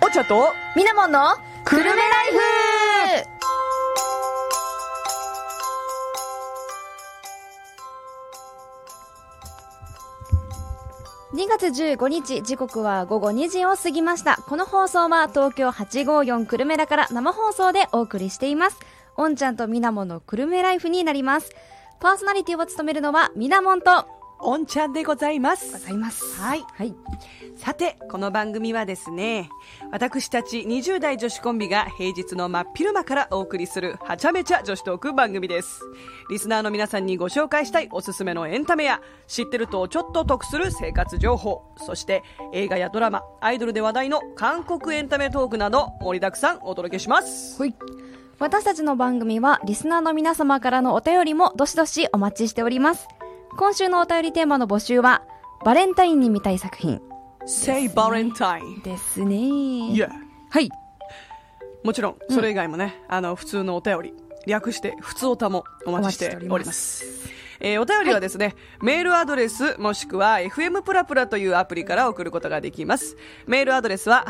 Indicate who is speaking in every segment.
Speaker 1: お茶と
Speaker 2: みなもんのくるめライフ。2月15日、時刻は午後2時を過ぎました。この放送は東京854くるめらから生放送でお送りしています。おんちゃんとみなもんのくるめライフになります。パーソナリティを務めるのはみなもんと
Speaker 1: おんちゃんでございます。
Speaker 2: はい。
Speaker 1: さて、この番組はですね、私たち20代女子コンビが平日の真っ昼間からお送りするはちゃめちゃ女子トーク番組です。リスナーの皆さんにご紹介したいおすすめのエンタメや、知ってるとちょっと得する生活情報、そして映画やドラマ、アイドルで話題の韓国エンタメトークなど盛りだくさんお届けします。
Speaker 2: 私たちの番組はリスナーの皆様からのお便りもどしどしお待ちしております。今週のお便りテーマの募集はバレンタインに見たい作品。
Speaker 1: Say Valentine
Speaker 2: ですね。
Speaker 1: Yeah。
Speaker 2: はい。
Speaker 1: もちろんそれ以外もね、普通のお便り、略して普通おたもお待ちしております。お便りはですね、メールアドレスもしくは FM プラプラというアプリから送ることができます。メールアドレスは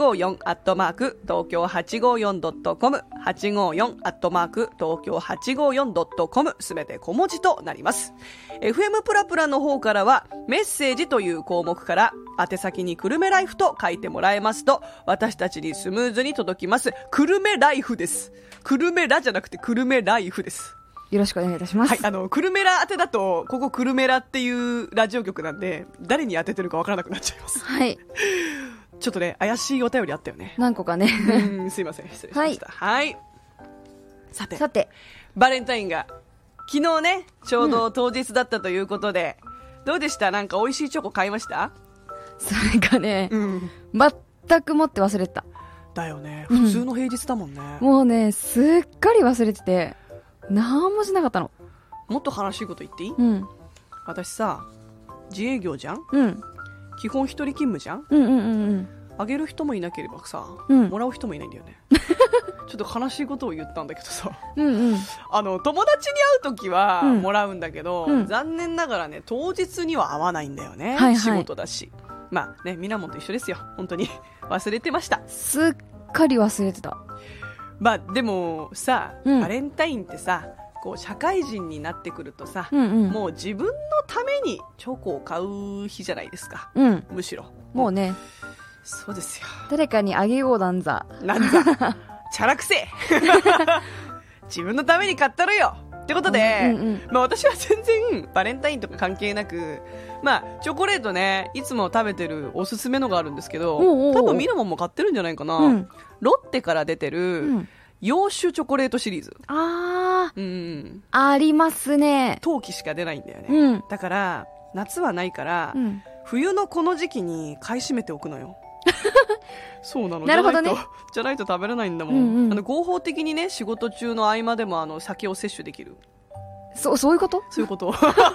Speaker 1: 854@東京854.com 東京854.com すべて小文字となります。 FM プラプラの方からはメッセージという項目から宛先にくるめライフと書いてもらえますと、私たちにスムーズに届きます。くるめライフです。くるめラじゃなくてくるめライフです。
Speaker 2: よろしくお願いいたします。
Speaker 1: はい、クルメラ当てだと、ここクルメラっていうラジオ局なんで、誰に当ててるかわからなくなっちゃいます。
Speaker 2: はい。
Speaker 1: ちょっとね、怪しいお便りあったよね。
Speaker 2: 何個かね。
Speaker 1: すいません、失礼しました。はい。さて、バレンタインが、昨日ね、ちょうど当日だったということで、どうでした？なんか美味しいチョコ買いました？
Speaker 2: それがね、全く持って忘れてた。
Speaker 1: だよね、普通の平日だもんね。
Speaker 2: もうね、すっかり忘れてて、何もしなかったの。
Speaker 1: もっと悲しいこと言っていい？私さ、自営業じゃん？基本一人勤務じゃん？あげる人もいなければさ、もらう人もいないんだよね。ちょっと悲しいことを言ったんだけどさ、友達に会うときはもらうんだけど、残念ながらね、当日には会わないんだよね。仕事だし。まあね、みなもんと一緒ですよ。本当に忘れてました。
Speaker 2: すっかり忘れてた。
Speaker 1: まあでもさ、バレンタインってさ、こう社会人になってくるとさ、もう自分のためにチョコを買う日じゃないですか。むしろ
Speaker 2: もうね、
Speaker 1: そうですよ。
Speaker 2: 誰かにあげようなんざ
Speaker 1: チャラくせえ自分のために買ったろよってことで、まあ私は全然バレンタインとか関係なく、まあチョコレートね、いつも食べてるおすすめのがあるんですけど、多分みなもんも買ってるんじゃないかな。ロッテから出てる洋酒チョコレートシリーズ。あ
Speaker 2: りますね。
Speaker 1: 冬季しか出ないんだよね。だから夏はないから、冬のこの時期に買い占めておくのよ。そうなの。
Speaker 2: なるほどね。
Speaker 1: じゃないと食べれないんだもん。合法的にね、仕事中の合間でも酒を摂取できる。
Speaker 2: そういうこと？
Speaker 1: そういうこと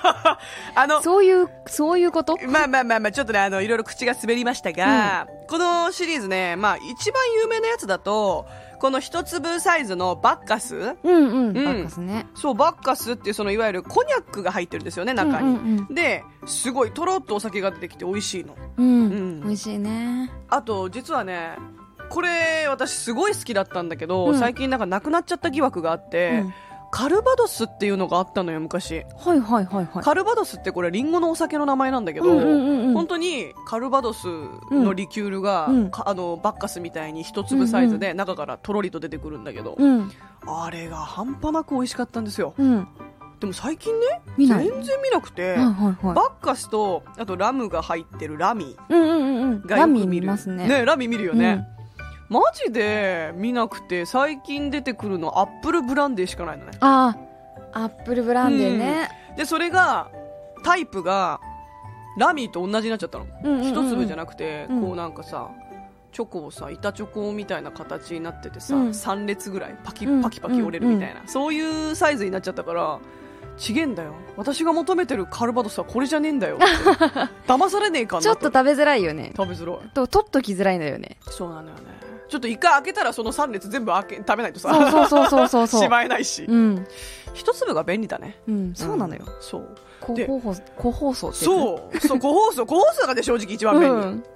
Speaker 2: そういうこと？
Speaker 1: まあちょっとね、いろいろ口が滑りましたが、このシリーズね、まあ一番有名なやつだと、この一粒サイズのバッカス。バ
Speaker 2: ッカスね。
Speaker 1: そう、バッカスっていういわゆるコニャックが入ってるんですよね、中に。で、すごいとろっとお酒が出てきて美味しいの。
Speaker 2: 美味しいね。
Speaker 1: あと、実はね、これ私すごい好きだったんだけど、最近なんかなくなっちゃった疑惑があって、カルバドスっていうのがあったのよ、昔。カルバドスってこれリンゴのお酒の名前なんだけど、本当にカルバドスのリキュールが、バッカスみたいに一粒サイズで中からとろりと出てくるんだけど、あれが半端なく美味しかったんですよ。でも最近ね、全然見なくて、バッカスとあとラムが入ってるラミがよく見る。ラミ見るよね。マジで見なくて、最近出てくるのアップルブランデーしかないのね。
Speaker 2: アップルブランデーね。
Speaker 1: でそれがタイプがラミーと同じになっちゃったの。一粒じゃなくて、こうなんかさ、チョコをさ、板チョコみたいな形になっててさ、3列ぐらいパキパキ折れるみたいな、そういうサイズになっちゃったから、ちげんだよ、私が求めてるカルバドスはこれじゃねえんだよって騙されねえかなと。
Speaker 2: ちょっと食べづらいよね。
Speaker 1: 食べづらい
Speaker 2: と、取っときづらいんだよね。
Speaker 1: そうなのよね。ちょっと一回開けたらその3列全部食べないとさ、
Speaker 2: そう
Speaker 1: しまえないし、一粒が便利だね。
Speaker 2: そうなのよ。
Speaker 1: そう
Speaker 2: 個包装って。
Speaker 1: そう個包装がね、正直一番便利。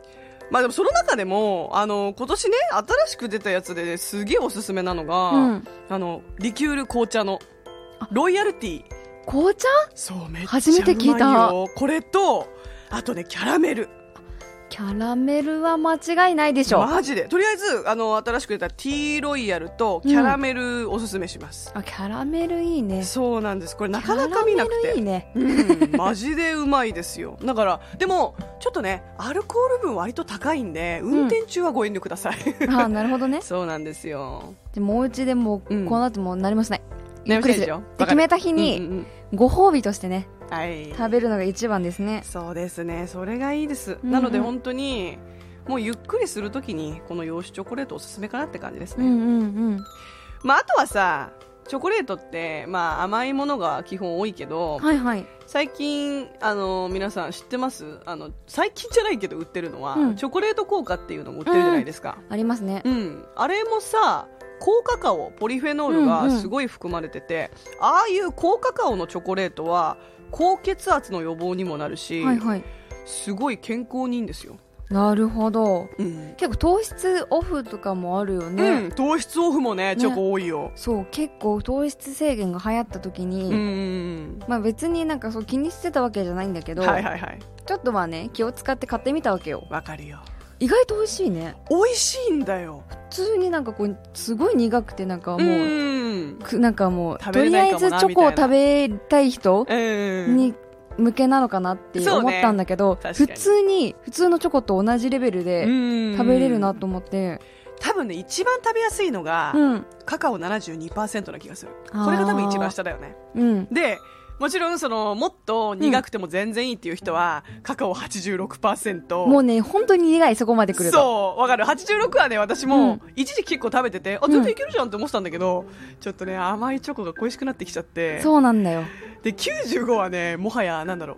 Speaker 1: まあでもその中でも、今年ね、新しく出たやつで、ね、すげえおすすめなのが、リキュール紅茶の、ロイヤルティー。
Speaker 2: 紅茶？
Speaker 1: そう、めっちゃうまいよ。
Speaker 2: 初めて聞いた。
Speaker 1: これと、あとね、キャラメル。
Speaker 2: キャラメルは間違いないでしょ。
Speaker 1: マジで。とりあえず、新しく出たティーロイヤルとキャラメルおすすめします。
Speaker 2: キャラメルいいね。
Speaker 1: そうなんです。これなかなか見なくて。
Speaker 2: キャラメルいいね。
Speaker 1: マジでうまいですよ。だから、でも、ちょっとね、アルコール分割と高いんで、運転中はご遠慮ください。
Speaker 2: なるほどね。
Speaker 1: そうなんですよ。
Speaker 2: でもお家でもこの後も何もしない。
Speaker 1: ゆっくりする。
Speaker 2: で決めた日に、ご褒美としてね、食べるのが一番ですね。
Speaker 1: そうですね。それがいいです。なので本当に、もうゆっくりするときにこの洋酒チョコレートおすすめかなって感じですね。まああとはさ、チョコレートってまあ甘いものが基本多いけど、最近皆さん知ってます？最近じゃないけど売ってるのは、チョコレート効果っていうのも売ってるじゃないですか。
Speaker 2: ありますね。
Speaker 1: あれもさ、高カカオ、ポリフェノールがすごい含まれてて、ああいう高カカオのチョコレートは高血圧の予防にもなるし、すごい健康にいいんですよ。
Speaker 2: なるほど、結構糖質オフとかもあるよね。
Speaker 1: 糖質オフもね、チョコ多いよ。
Speaker 2: そう、結構糖質制限が流行った時に、まあ別になんかそう気にしてたわけじゃないんだけど、ちょっとはね気を使って買ってみたわけよ。
Speaker 1: わかるよ。
Speaker 2: 意外と美味しいね。
Speaker 1: 美味しいんだよ。
Speaker 2: 普通になんかこうすごい苦くて、なんかもうなんかもうとりあえずチョコを食べたい人に向けなのかなって思ったんだけど、普通のチョコと同じレベルで食べれるなと思って。
Speaker 1: 多分ね、一番食べやすいのが、カカオ 72% な気がする。これが多分一番下だよね。で、もちろんもっと苦くても全然いいっていう人は、カカオ 86%。
Speaker 2: もうね、本当に苦い、そこまでくると。
Speaker 1: そう、わかる。86はね、私も一時期結構食べてて、全然いけるじゃんって思ってたんだけど、ちょっとね、甘いチョコが恋しくなってきちゃって。
Speaker 2: そうなんだよ。
Speaker 1: で、95はね、もはや、炭。いや、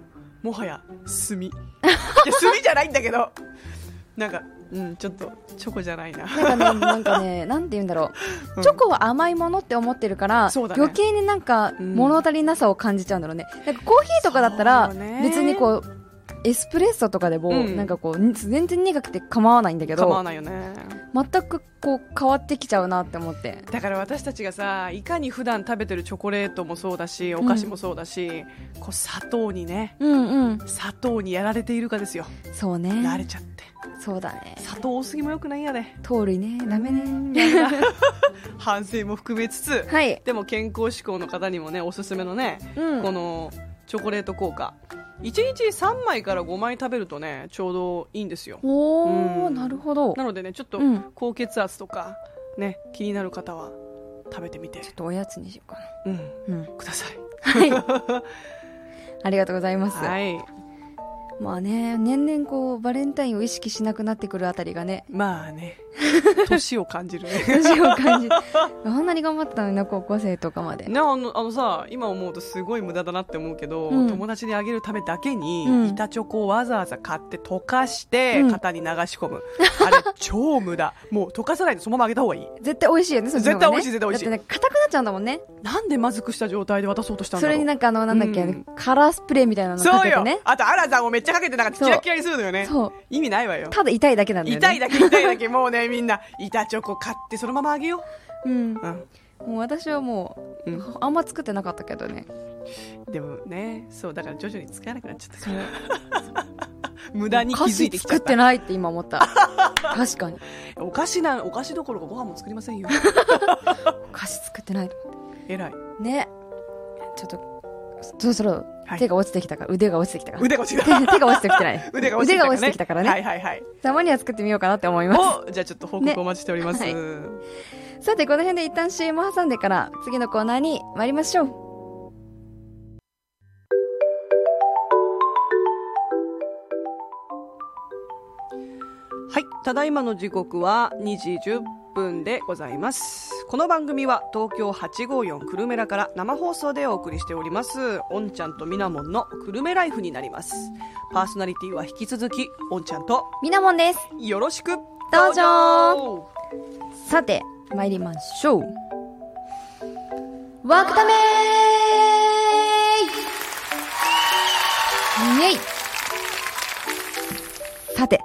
Speaker 1: 炭じゃないんだけど、なんか、ちょっとチョコじゃないな。
Speaker 2: なんかね、なんて言うんだろう。チョコは甘いものって思ってるから、余計になんか物足りなさを感じちゃうんだろうね。なんかコーヒーとかだったら、別にこう、エスプレッソとかでも、なんかこう、全然苦くて構わないんだけど、
Speaker 1: 構わないよね。
Speaker 2: 全くこう変わってきちゃうなって思って。
Speaker 1: だから私たちがさ、いかに普段食べてるチョコレートもそうだし、お菓子もそうだし、こう砂糖にね、砂糖にやられているかですよ。
Speaker 2: そうね。
Speaker 1: 慣れちゃって。
Speaker 2: そうだね。
Speaker 1: 砂糖多すぎもよくないやで。
Speaker 2: 糖類ね、ダメね。
Speaker 1: 反省も含めつつ、でも健康志向の方にもね、おすすめのね、このチョコレート効果。1日3枚から5枚食べるとね、ちょうどいいんですよ。
Speaker 2: なるほど。
Speaker 1: なのでね、ちょっと高血圧とかね、気になる方は食べてみて。
Speaker 2: ちょっとおやつにしようか
Speaker 1: な。ください。
Speaker 2: ありがとうございます。
Speaker 1: ま
Speaker 2: あね、年々こうバレンタインを意識しなくなってくるあたりがね、
Speaker 1: まあね、年を感じるね。
Speaker 2: 年を感じる。あんなに頑張ったのにな、高校生とかまで。
Speaker 1: さ、今思うとすごい無駄だなって思うけど、友達にあげるためだけに、板チョコをわざわざ買って溶かして、型に流し込む。あれ、超無駄。もう溶かさないでそのままあげた方がいい。
Speaker 2: 絶対美味しいよね、
Speaker 1: 絶対美味しい、絶対美味しい。
Speaker 2: だってね、硬くなっちゃうんだもんね。
Speaker 1: なんでまずくした状態で渡そうとしたんだろう。
Speaker 2: それになんかなんだっけ、カラースプレーみたいなのかけてね。
Speaker 1: そうよ。あと、アラザンをめっちゃかけてなんかキラキラにするのよね。そう。意味ないわよ。
Speaker 2: ただ痛いだけなんだよね。
Speaker 1: 痛いだけ。もうね、みんな、板チョコ買ってそのままあげよう。も
Speaker 2: う私はもう、あんま作ってなかったけどね。
Speaker 1: でもね、そう、だから徐々に使えなくなっちゃったから。無駄に気づいてきちゃった。
Speaker 2: 作ってないって今思った。確かに。
Speaker 1: お菓子どころかご飯も作りませんよ。
Speaker 2: お菓子作ってないと思って。
Speaker 1: 偉い。
Speaker 2: ね。ちょっと、そろそろ手が落ちてきたから、腕が落ちてきたから。
Speaker 1: 腕が落ちてきた。
Speaker 2: 手が落ちてきてない。
Speaker 1: 腕が落ちてきたからね。
Speaker 2: たまには作ってみようかなって思います。
Speaker 1: じゃあちょっと報告お待ちしております。
Speaker 2: さて、この辺で一旦 CM 挟んでから次のコーナーに参りましょう。
Speaker 1: はい、ただいまの時刻は2時10分でございます。この番組は東京854久留米らから生放送でお送りしております、おんちゃんとみなもんの久留米ライフになります。パーソナリティは引き続きおんちゃんと
Speaker 2: みなもんです。
Speaker 1: よろしく
Speaker 2: どうぞ。さて参りましょう。ワクタメーイエイ。さて、こ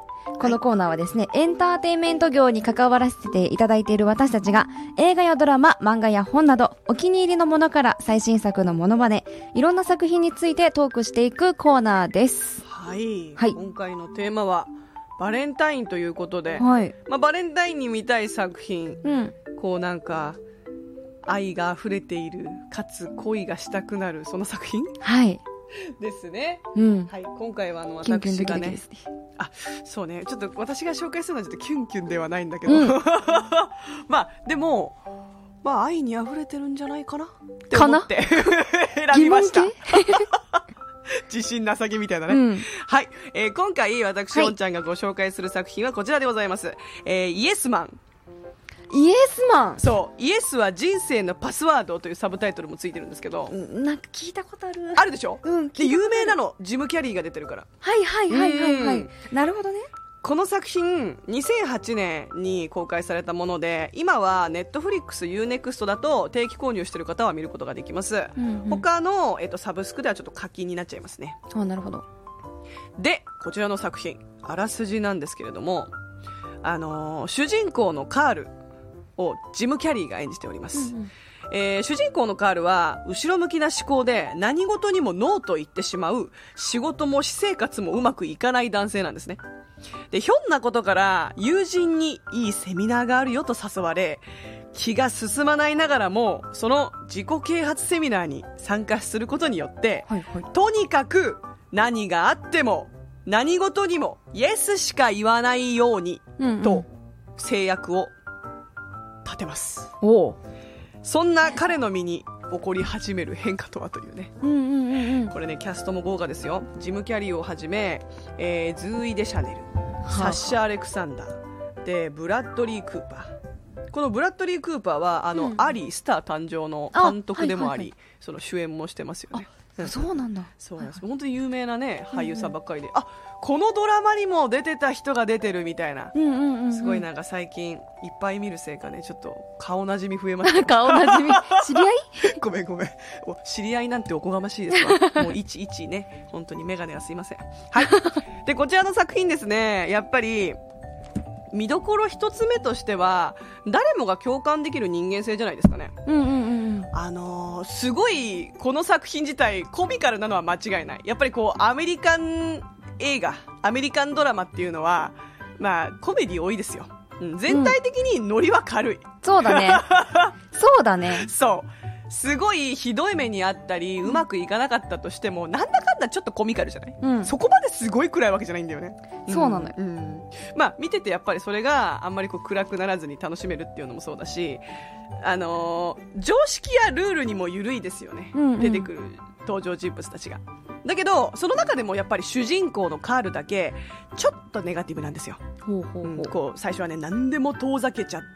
Speaker 2: このコーナーはですね、エンターテインメント業に関わらせていただいている私たちが、映画やドラマ、漫画や本など、お気に入りのものから最新作のモノマネ、いろんな作品についてトークしていくコーナーです。
Speaker 1: はい。今回のテーマは、バレンタインということで、バレンタインに見たい作品、こうなんか、愛が溢れている、かつ恋がしたくなる、その作品ですね。はい。今回は私がね、そうね、ちょっと私が紹介するのはちょっとキュンキュンではないんだけど、でも、愛に溢れてるんじゃないかなって思って選びました。自信なさげみたいなね。はい。今回私、おんちゃんがご紹介する作品はこちらでございます。イエスマン。
Speaker 2: イエスマン。
Speaker 1: そう。イエスは人生のパスワードというサブタイトルもついてるんですけど。
Speaker 2: なんか聞いたことある。
Speaker 1: あるでしょ？で、有名なの。ジム・キャリーが出てるから。
Speaker 2: はい。なるほどね。
Speaker 1: この作品、2008年に公開されたもので、今はネットフリックス、Unext だと定期購入している方は見ることができます。他の、サブスクではちょっと課金になっちゃいますね。
Speaker 2: なるほど。で、
Speaker 1: こちらの作品、あらすじなんですけれども、主人公のカールをジム・キャリーが演じております。主人公のカールは後ろ向きな思考で何事にもノーと言ってしまう、仕事も私生活もうまくいかない男性なんですね。で、ひょんなことから友人にいいセミナーがあるよと誘われ、気が進まないながらもその自己啓発セミナーに参加することによって、とにかく何があっても何事にもイエスしか言わないように、と制約を立てます。そんな彼の身に起こり始める変化とはというね。これね、キャストも豪華ですよ。ジム・キャリーをはじめ、ズーイ・デ・シャネル、サッシャ・アレクサンダーで、ブラッドリー・クーパー。このブラッドリー・クーパーはアリースター誕生の監督でもあり、その主演もしてますよね。
Speaker 2: そうなんだ。
Speaker 1: そうなんです。本当に有名なね、俳優さんばっかりで、このドラマにも出てた人が出てるみたいな。すごいなんか最近いっぱい見るせいかね、ちょっと顔なじみ増えました。
Speaker 2: 顔なじみ。知り合い
Speaker 1: ごめん。知り合いなんておこがましいですわ。もういちね、本当にメガネはすいません。はい。で、こちらの作品ですね、やっぱり、見どころ一つ目としては、誰もが共感できる人間性じゃないですかね。すごい、この作品自体、コミカルなのは間違いない。やっぱりこう、アメリカン映画、アメリカンドラマっていうのは、コメディ多いですよ。全体的にノリは軽い。
Speaker 2: そうだね。そうだね。
Speaker 1: そう。すごいひどい目にあったり、うまくいかなかったとしても、なんだかんだちょっとコミカルじゃない？そこまですごい暗いわけじゃないんだよね。
Speaker 2: そうなのよ。
Speaker 1: 見ててやっぱりそれがあんまりこう暗くならずに楽しめるっていうのもそうだし、常識やルールにも緩いですよね。出てくる登場人物たちが。だけど、その中でもやっぱり主人公のカールだけ、ちょっとネガティブなんですよ。こう、最初はね、何でも遠ざけちゃって、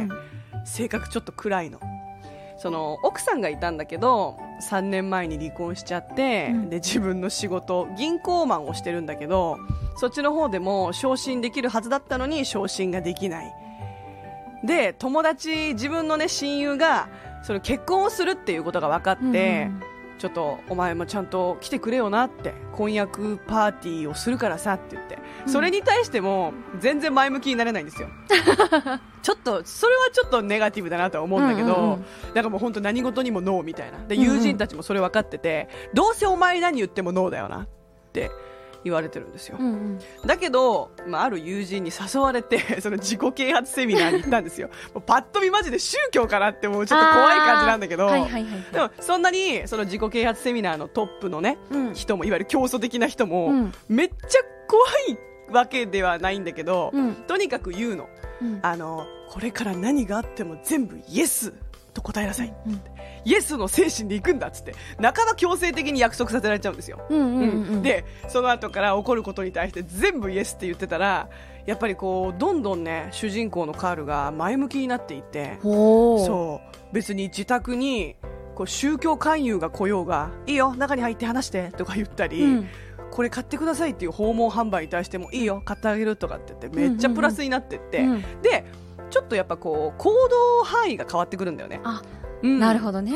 Speaker 1: 性格ちょっと暗いの。その奥さんがいたんだけど3年前に離婚しちゃって、で自分の仕事銀行マンをしてるんだけど、そっちの方でも昇進できるはずだったのに昇進ができないで、自分のね親友がその結婚をするっていうことが分かって、ちょっとお前もちゃんと来てくれよなって、婚約パーティーをするからさって言って、それに対しても全然前向きになれないんですよ。それはちょっとネガティブだなとは思うんだけど、なんかもう本当何事にもノーみたいな。で、友人たちもそれ分かってて、どうせお前何言ってもノーだよなって言われてるんですよ。だけど、ある友人に誘われて、その自己啓発セミナーに行ったんですよ。もうパッと見マジで宗教かなってもうちょっと怖い感じなんだけど、でもそんなにその自己啓発セミナーのトップのね、人もいわゆる教祖的な人も、めっちゃ怖いわけではないんだけど、とにかく言うの。これから何があっても全部イエスと答えなさい。イエスの精神で行くんだっつって、半ば強制的に約束させられちゃうんですよ。で、その後から起こることに対して全部イエスって言ってたら、やっぱりこうどんどんね主人公のカールが前向きになっていって、そう別に自宅にこう宗教勧誘が来ようが、いいよ中に入って話してとか言ったり、これ買ってくださいっていう訪問販売に対しても、いいよ買ってあげるとかって言ってめっちゃプラスになってって、でちょっとやっぱこう行動範囲が変わってくるんだよね。
Speaker 2: なるほどね。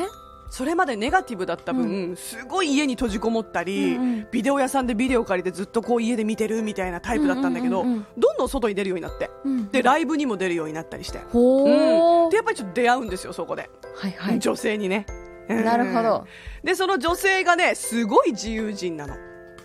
Speaker 1: それまでネガティブだった分、すごい家に閉じこもったり、ビデオ屋さんでビデオ借りてずっとこう家で見てるみたいなタイプだったんだけど、どんどん外に出るようになって、でライブにも出るようになったりして、でやっぱりちょっと出会うんですよ、そこで、はいはい、女性にね、
Speaker 2: なるほど。
Speaker 1: でその女性がねすごい自由人なの、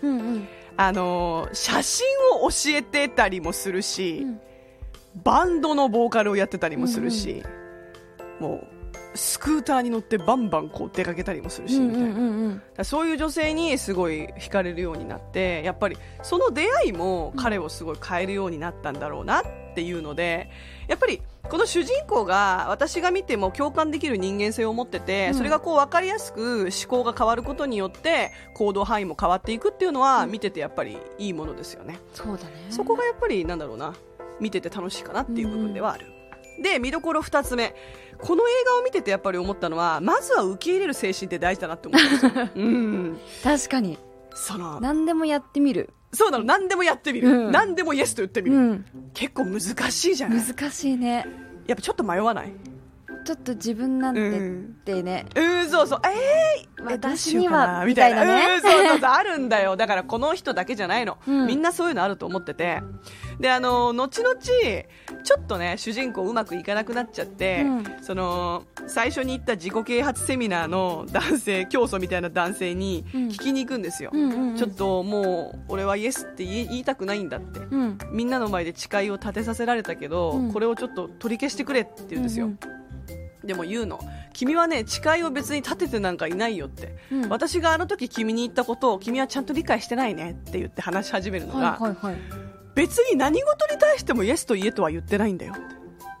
Speaker 1: 写真を教えてたりもするし、バンドのボーカルをやってたりもするし、もうスクーターに乗ってバンバンこう出かけたりもするし、みたいな、そういう女性にすごい惹かれるようになって、やっぱりその出会いも彼をすごい変えるようになったんだろうなっていうので、やっぱりこの主人公が私が見ても共感できる人間性を持ってて、それがこう分かりやすく思考が変わることによって行動範囲も変わっていくっていうのは見ててやっぱりいいものですよね。
Speaker 2: そうだね。
Speaker 1: そこがやっぱりなんだろうな、見てて楽しいかなっていう部分ではある。で見どころ2つ目、この映画を見ててやっぱり思ったのは、まずは受け入れる精神って大事だなって思ったんですよ。
Speaker 2: 確かに何でもやってみる。
Speaker 1: そうなの、何でもやってみる、何でもイエスと言ってみる、結構難しいじゃない。
Speaker 2: 難しいね。
Speaker 1: やっぱちょっと迷わない？
Speaker 2: ちょっと自分なんてってね、
Speaker 1: そうそう、
Speaker 2: 私にはみたいなね、
Speaker 1: そうあるんだよ。だからこの人だけじゃないの、みんなそういうのあると思ってて、で後々ちょっとね主人公うまくいかなくなっちゃって、その最初に行った自己啓発セミナーの男性、教祖みたいな男性に聞きに行くんですよ、ちょっともう俺はイエスって言いたくないんだって、みんなの前で誓いを立てさせられたけど、これをちょっと取り消してくれって言うんですよ、でも言うの、君はね誓いを別に立ててなんかいないよって、私があの時君に言ったことを君はちゃんと理解してないねって言って話し始めるのが、別に何事に対してもイエスと言えとは言ってないんだよって。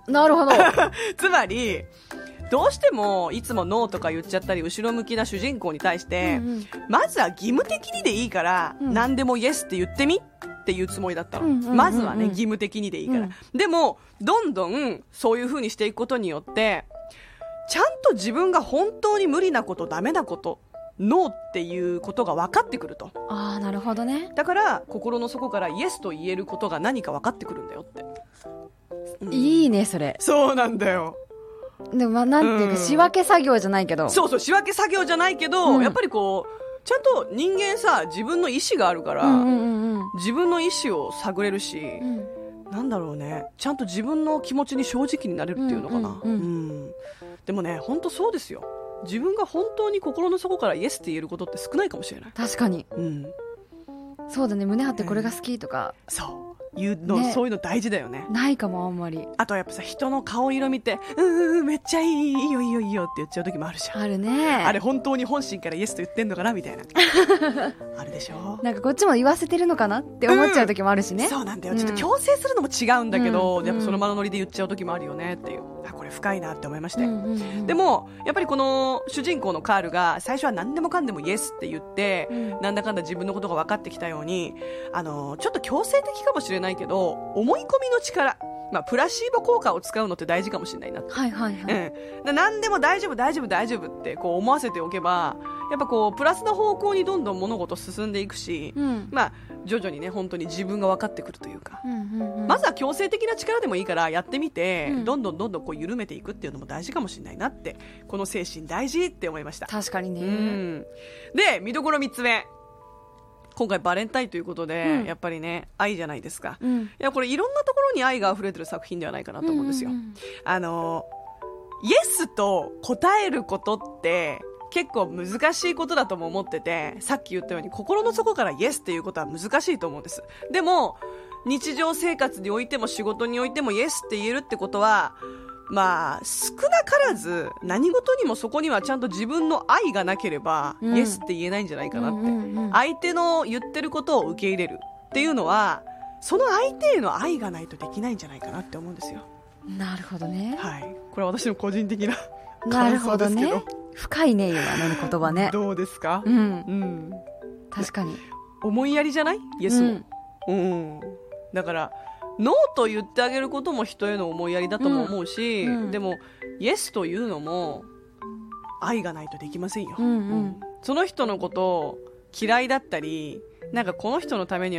Speaker 2: なるほど。
Speaker 1: つまりどうしてもいつもノーとか言っちゃったり後ろ向きな主人公に対して、まずは義務的にでいいから、何でもイエスって言ってみっていうつもりだったの、まずはね義務的にでいいから、でもどんどんそういう風にしていくことによってちゃんと自分が本当に無理なこと、ダメなこと、ノーっていうことが分かってくると。
Speaker 2: ああ、なるほどね。
Speaker 1: だから心の底からイエスと言えることが何か分かってくるんだよって、
Speaker 2: いいねそれ。
Speaker 1: そうなんだよ。
Speaker 2: でもなんていうか、仕分け作業じゃないけど、
Speaker 1: そう仕分け作業じゃないけど、やっぱりこうちゃんと人間さ、自分の意思があるから、自分の意思を探れるし、なんだろうね、ちゃんと自分の気持ちに正直になれるっていうのかな、でもね本当そうですよ。自分が本当に心の底からイエスって言えることって少ないかもしれない。
Speaker 2: 確かに、そうだね。胸張ってこれが好きとか、
Speaker 1: そういうの、そういうの大事だよね。
Speaker 2: ないかもあんまり。
Speaker 1: あとはやっぱさ、人の顔色見てめっちゃいい、いいよいいよいいよって言っちゃう時もあるじゃん。
Speaker 2: あるね。
Speaker 1: あれ本当に本心からイエスと言ってんのかなみたいなあるでしょ。
Speaker 2: なんかこっちも言わせてるのかなって思っちゃう時もあるしね、
Speaker 1: そうなんだよ。ちょっと強制するのも違うんだけど、やっぱその場のノリで言っちゃう時もあるよねっていう、これ深いなって思いまして、でもやっぱりこの主人公のカールが最初は何でもかんでもイエスって言って、なんだかんだ自分のことが分かってきたように、ちょっと強制的かもしれないけど、思い込みの力、プラシーボ効果を使うのって大事かもしれないなって、何でも大丈夫大丈夫大丈夫ってこう思わせておけば、やっぱこうプラスの方向にどんどん物事進んでいくし、徐々にね本当に自分が分かってくるというか、まずは強制的な力でもいいからやってみて、どんどんこう緩めていくっていうのも大事かもしれないなって、この精神大事って思いました。
Speaker 2: 確かにね、
Speaker 1: で見どころ3つ目、今回バレンタインということで、やっぱりね愛じゃないですか、いやこれいろんなところに愛が溢れてる作品ではないかなと思うんですよ、イエスと答えることって結構難しいことだとも思ってて、さっき言ったように心の底からイエスっていうことは難しいと思うんです。でも日常生活においても仕事においてもイエスって言えるってことは、少なからず何事にもそこにはちゃんと自分の愛がなければ、イエスって言えないんじゃないかなって、相手の言ってることを受け入れるっていうのは、その相手への愛がないとできないんじゃないかなって思うんですよ。
Speaker 2: なるほどね。
Speaker 1: これは私の個人的な
Speaker 2: 感想ですけど、深いね今の言葉ね。
Speaker 1: どうですか？
Speaker 2: 確かに
Speaker 1: 思いやりじゃない？イエスも、だからノーと言ってあげることも人への思いやりだとも思うし、でもイエスというのも愛がないとできませんよ、その人のことを嫌いだったり、なんかこの人のためには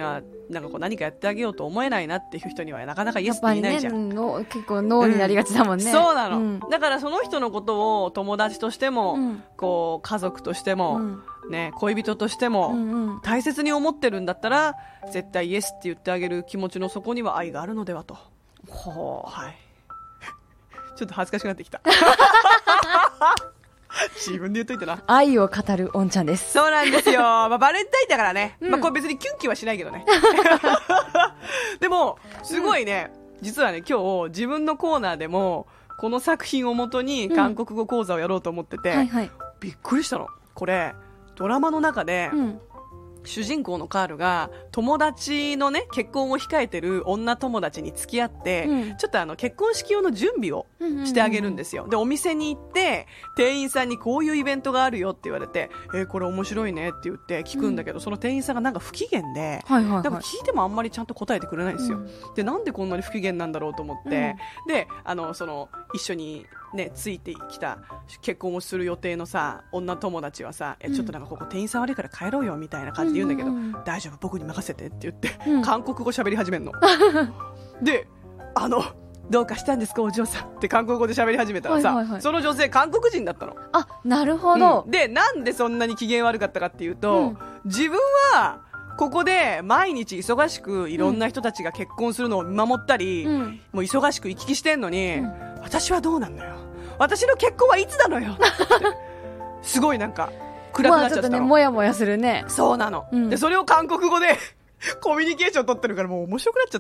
Speaker 1: なんかこう何かやってあげようと思えないなっていう人にはなかなかイエスって言えないじゃん。
Speaker 2: やっぱりね、結構ノーになりがちだもんね。
Speaker 1: そうなの、だからその人のことを友達としても、こう家族としても、ね、恋人としても、大切に思ってるんだったら絶対イエスって言ってあげる気持ちの底には愛があるのではと。ほう、はい、ちょっと恥ずかしくなってきた自分で言っといてな。
Speaker 2: 愛を語るおんちゃんです。
Speaker 1: そうなんですよ、バレンタインだからね、これ別にキュンキュンはしないけどねでもすごいね、実はね今日自分のコーナーでもこの作品をもとに韓国語講座をやろうと思ってて、びっくりしたの。これドラマの中で、主人公のカールが友達のね結婚を控えてる女友達に付き合って、ちょっと結婚式用の準備をしてあげるんですよ。でお店に行って店員さんにこういうイベントがあるよって言われて、これ面白いねって言って聞くんだけど、その店員さんがなんか不機嫌で、なんか聞いてもあんまりちゃんと答えてくれないんですよ。でなんでこんなに不機嫌なんだろうと思って、でその一緒にね、ついてきた結婚をする予定のさ女友達はさ、ちょっとなんかここ店員さん悪いから帰ろうよみたいな感じで言うんだけど、大丈夫僕に任せてって言って、韓国語喋り始めるのでどうかしたんですかお嬢さんって韓国語で喋り始めたらさ、その女性韓国人だったの。
Speaker 2: あ、なるほど、
Speaker 1: でなんでそんなに機嫌悪かったかっていうと、自分はここで毎日忙しくいろんな人たちが結婚するのを見守ったり、もう忙しく行き来してんのに、私はどうなんのよ、私の結婚はいつなのよってすごいなんか暗くなっちゃったの。
Speaker 2: ちょっとねもやもやするね。
Speaker 1: そうなの、でそれを韓国語でコミュニケーション取ってるからもう面白くなっちゃって、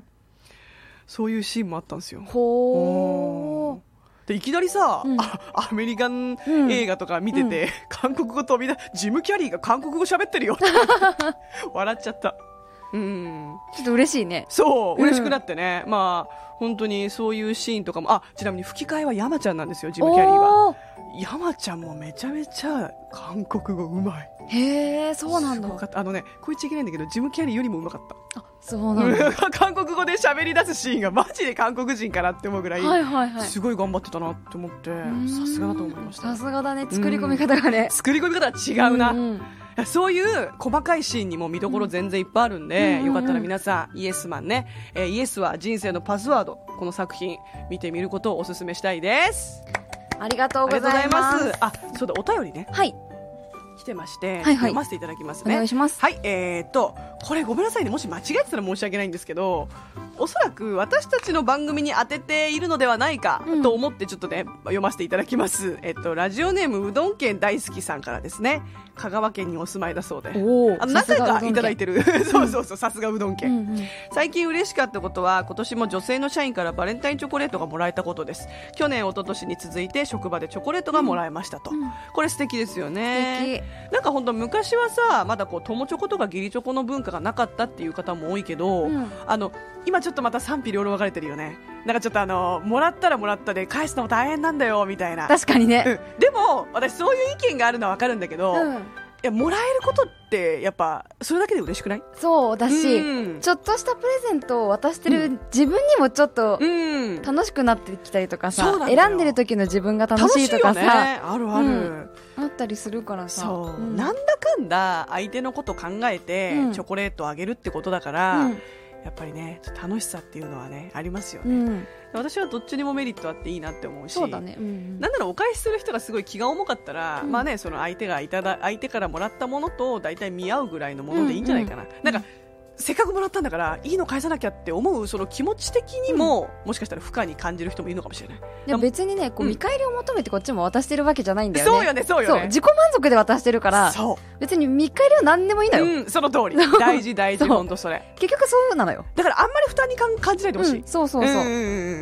Speaker 1: そういうシーンもあったんですよ。
Speaker 2: ほー。
Speaker 1: でいきなりさ、アメリカン映画とか見てて、韓国語飛び出ジム・キャリーが韓国語喋ってるよ笑っちゃった。
Speaker 2: ちょっと嬉しいね。
Speaker 1: そう嬉しくなってね、まあ本当にそういうシーンとかも、ちなみに吹き替えは山ちゃんなんですよ、ジム・キャリーは。山ちゃんもめちゃめちゃ韓国語うまい。
Speaker 2: へえ、そうなんだ。
Speaker 1: こう言っちゃいけないんだけどジム・キャリーよりもうまかった。
Speaker 2: あ、そうなんだ
Speaker 1: 韓国語で喋り出すシーンがマジで韓国人かなって思うぐらい、すごい頑張ってたなって思って、さすがだと思いました。
Speaker 2: さすがだね、作り込み方がね。
Speaker 1: 作り込み方は違うな、そういう細かいシーンにも見どころ全然いっぱいあるんで、よかったら皆さんイエスマンね、イエスは人生のパスワード、この作品見てみることをお勧めしたいです。
Speaker 2: ありがとうございます。
Speaker 1: そうだ、お便りね、来てまして、読ませていただきますね。
Speaker 2: お願いします。
Speaker 1: はい、これごめんなさいね、もし間違えてたら申し訳ないんですけど、おそらく私たちの番組に当てているのではないかと思ってちょっとね、読ませていただきます。ラジオネームうどん県大好きさんからですね。香川県にお住まいだそうで、何回かいただいてるそうそうそう、さすがうどん県、最近嬉しかったことは今年も女性の社員からバレンタインチョコレートがもらえたことです。去年一昨年に続いて職場でチョコレートがもらえましたと、これ素敵ですよね。なんか本当昔はさ、まだこう友チョコとか義理チョコの文化がなかったっていう方も多いけど、今ちょっとまた賛否両論分かれてるよね。なんかちょっともらったらもらったで返すのも大変なんだよみたいな。
Speaker 2: 確かにね、
Speaker 1: でも私そういう意見があるのは分かるんだけど、いやもらえることってやっぱそれだけで嬉しくない？
Speaker 2: そうだし、ちょっとしたプレゼントを渡してる自分にもちょっと楽しくなってきたりとかさ、選んでる時の自分が楽しいとかさ、
Speaker 1: あるある、
Speaker 2: あったりするからさ、
Speaker 1: なんだかんだ相手のこと考えてチョコレートをあげるってことだから、やっぱりね楽しさっていうのはねありますよね、私はどっちにもメリットあっていいなって思うし、
Speaker 2: そうだね、
Speaker 1: なんならお返しする人がすごい気が重かったら、まあね、その相手からもらったものと大体見合うぐらいのものでいいんじゃないかな、なんかせっかくもらったんだからいいの返さなきゃって思うその気持ち的にも、もしかしたら負荷に感じる人もいるのかもしれない。
Speaker 2: でも別にねこう見返りを求めてこっちも渡してるわけじゃないんだよね。
Speaker 1: そうよね、そうよね、
Speaker 2: 自己満足で渡してるから、別に見返りは何でもいいのよ、
Speaker 1: その通り、大事大事、本当それ
Speaker 2: 結局そうなのよ。
Speaker 1: だからあんまり負担に感じないでほしい、
Speaker 2: そうそうそう、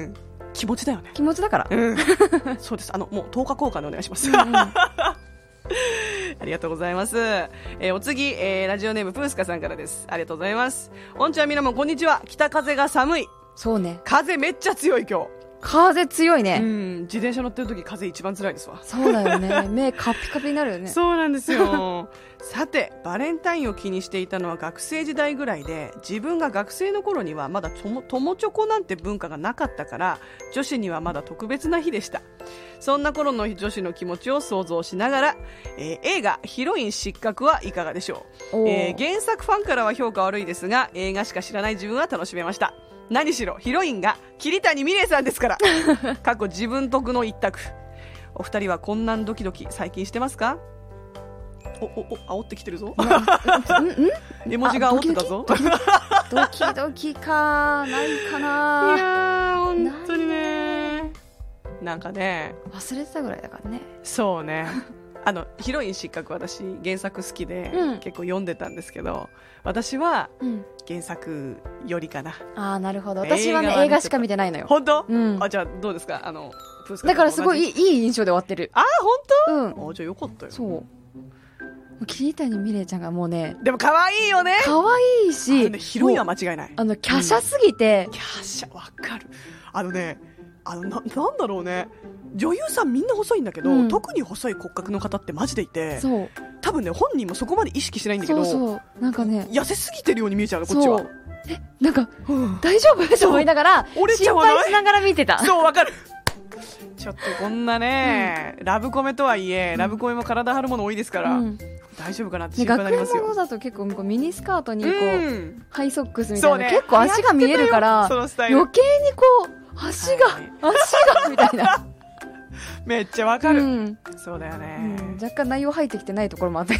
Speaker 1: 気持ちだよね、
Speaker 2: 気持ちだから、
Speaker 1: そうです。もう10日交換でお願いします、ありがとうございます。お次、ラジオネームプースカさんからです。ありがとうございます。おんちゃんみなもこんにちは。北風が寒い。
Speaker 2: そうね、
Speaker 1: 風めっちゃ強い今日。
Speaker 2: 風強いね。
Speaker 1: 自転車乗ってる時風一番辛いですわ。
Speaker 2: そうだよね。目カピカピになるよね。
Speaker 1: そうなんですよ。さて、バレンタインを気にしていたのは学生時代ぐらいで、自分が学生の頃にはまだ友チョコなんて文化がなかったから、女子にはまだ特別な日でした。そんな頃の女子の気持ちを想像しながら、映画ヒロイン失格はいかがでしょう。原作ファンからは評価悪いですが、映画しか知らない自分は楽しめました。何しろヒロインが桐谷美玲さんですから。過去自分得の一択。お二人はこんなんドキドキ最近してますか？煽ってきてるぞ。絵文字が煽ってたぞ。
Speaker 2: ドキドキかないかな。
Speaker 1: いやー本当にね、なんかね
Speaker 2: 忘れてたぐらいだからね。
Speaker 1: そうね。ヒロイン失格、私原作好きで、結構読んでたんですけど、私は原作よりかな。
Speaker 2: あ、なるほど。私はね映画しか見てないのよ。
Speaker 1: 本当？じゃあどうですか？プースカ
Speaker 2: だからすごいいい印象で終わってる。
Speaker 1: あ、本当？じゃあよかったよ。
Speaker 2: そう。桐谷美玲ちゃんがもうね、
Speaker 1: でも可愛いよね。
Speaker 2: 可愛いし、
Speaker 1: ヒロインは間違いない。
Speaker 2: 華奢すぎて、
Speaker 1: 華奢わかる。なんだろうね、女優さんみんな細いんだけど、特に細い骨格の方ってマジでいて、そう多分ね本人もそこまで意識しないんだけど、そうなんかね痩せすぎてるように見えちゃうの、こっちは。なんか、大丈夫と思いながら心配しながら見てた。そうわかる。ちょっとこんなね、ラブコメとはいえ、ラブコメも体張るもの多いですから、大丈夫かなって心配になりますよ。
Speaker 2: 学園ものだと結構ミニスカートにこう、ハイソックスみたいな、結構足が見えるから余計にこう足がみたいな。
Speaker 1: めっちゃわかる。そうだよね。
Speaker 2: 若干内容入ってきてないところもあって。